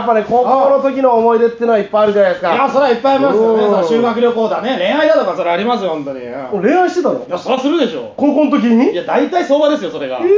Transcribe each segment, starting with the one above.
ぱね、高校の時の思い出っていうのはいっぱいあるじゃないですか。 いや、それはいっぱいありますよね。その修学旅行だね、恋愛だとかそれありますよ、本当に。 恋愛してたの？ いや、そりゃするでしょ。 高校の時に？ いや、大体相場ですよ、それが。 不潔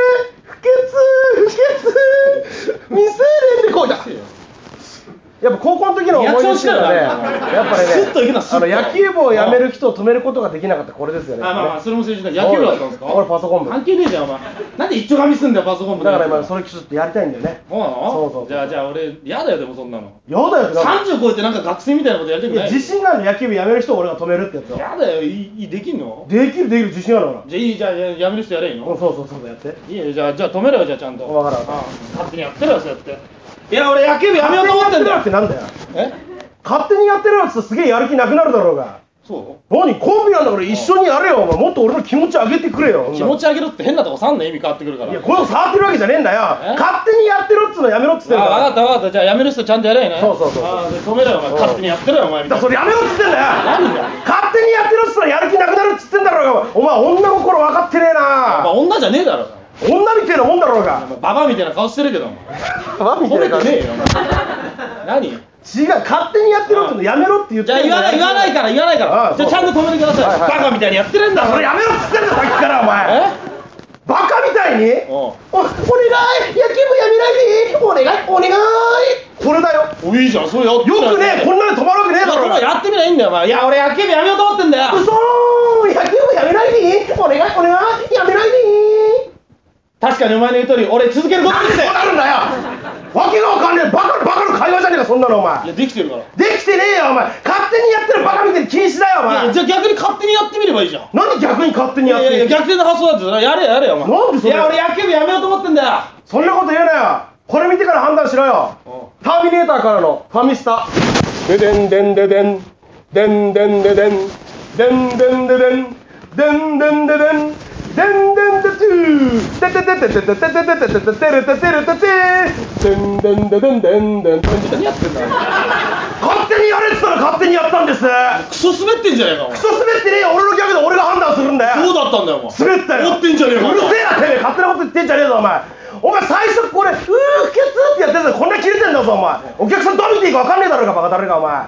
未成年でこうだ。やっぱ高校の時の思い出っていうのはね、やっぱりね、 スッと行くな、スッと。 野球部を辞める人を止めることができなかったこれですよね。 まあまあ、それも政治だ。野球部だったんですか？ 俺パソコン部。 関係ねえじゃん、お前。なんで一丁紙すんだよ、パソコン部で。 だから今それちょっとやりたいんだよね。 そうなの？ そう。 じゃあ俺、嫌だよ、でもそんなの。 嫌だよって 30超えてなんか学生みたいなことやりたくない？ 自信があるの、野球部辞める人を俺が止めるってやつを。 嫌だよ、できんの？ できる自信あるから。 じゃあ辞める人やれいいの？ そうやって。 いいよ、じゃあ止めろよ、じゃあちゃんと。 分からん。 勝手にやってろよ、そうやって。いや、俺野球部やめようと思ってんだよ。 ってなんだよ。 え？ 勝手にやってるやつとすげえやる気なくなるだろうが。 そう？ 何コンビなんだから一緒にやれよ、お前。もっと俺の気持ち上げてくれよ。 気持ち上げろって変なとこ触んね、意味変わってくるから。 いや、これを触ってるわけじゃねえんだよ。勝手にやってろっつうのやめろっつってんだよ。 分かった、じゃあやめる人ちゃんとやれよね。 そう。 で止めろよ、お前。勝手にやってろよ、お前みたいな。 それやめろっつってんだよ。 何だよ。 勝手にやってろっつったらやる気なくなるっつってんだろうが。お前女心分かってねえな。 女じゃねえだろ。 女みてえなもんだろうが。 ババアみたいな顔してるけど、お前。 ババアみたいな顔褒めてねえよ、お前。何？ 違う、勝手にやってろってのやめろって言ってんだよ。 じゃあ言わないから。じゃあちゃんと止めてください。バカみたいにやってるんだ。 それやめろっつってんだよ、さっきからお前。バカみたいにお願い、野球部やめないで。お願い。これだよ。 いいじゃん、それやってよくね、こんなの止まるわけねえだろ。 やってみりゃいいんだよ、お前。いや、俺野球部やめようと思ってんだよ。 嘘ー、野球部やめないで。お願い、やめないで。 確かにお前の言う通り、俺続けることって。 そうなるんだよ。わけがわかんねえ、バカの会話じゃねえか、そんなのお前。 いや、できてるから。 できてねえよ、お前。勝手にやってるバカみたいに禁止だよ、お前。 じゃあ逆に勝手にやってみればいいじゃん。 何逆に勝手にやっていや逆転の発想だって。やれよ、お前。 なんでそれ。 いや、俺野球部やめようと思ってんだよ。 そんなこと言うなよ。これ見てから判断しろよ。ターミネーターからのファミスタ。ででんでんででん。でんでんででん。でんでんででん。でんでんででん。でんでんでトゥー。てててててててててててててててててでんでんででんでんでん。 何やってんだよ。 勝手にやれって言ったら勝手にやったんです。 クソ滑ってんじゃねえか、お前。 クソ滑ってねえよ。俺のギャグで俺が判断するんだよ。 どうだったんだよ、お前。 滑ったよ。 持ってんじゃねえか。 うるせえな、てめえ。勝手なこと言ってんじゃねえぞ、お前。お前最初これ不潔ってやってるんだよ。こんな切れてんだぞ、お前。お客さんどう見ていいか分かんねえだろうが、バカだれが、お前。は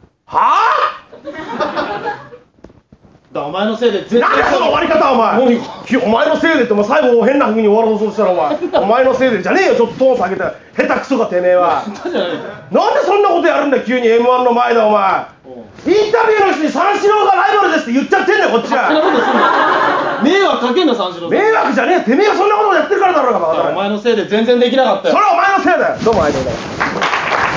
ぁ？ お前のせいで絶対。 なんでその終わり方、お前。お前のせいでって、お前最後変な風に終わろうとしたら、お前のせいでじゃねえよ。ちょっとトーン下げて下手くそがてめえは。なんでそんなことやるんだよ、急に M1 の前で、お前。インタビューの人に三四郎がライバルですって言っちゃってんだよ、こっちは。 迷惑かけんな、三四郎。 迷惑じゃねえよ。てめえがそんなことやってるからだろうが、バカだれ。 お前のせいで全然できなかったよ。 それはお前のせいだよ。どうもありがとうございます。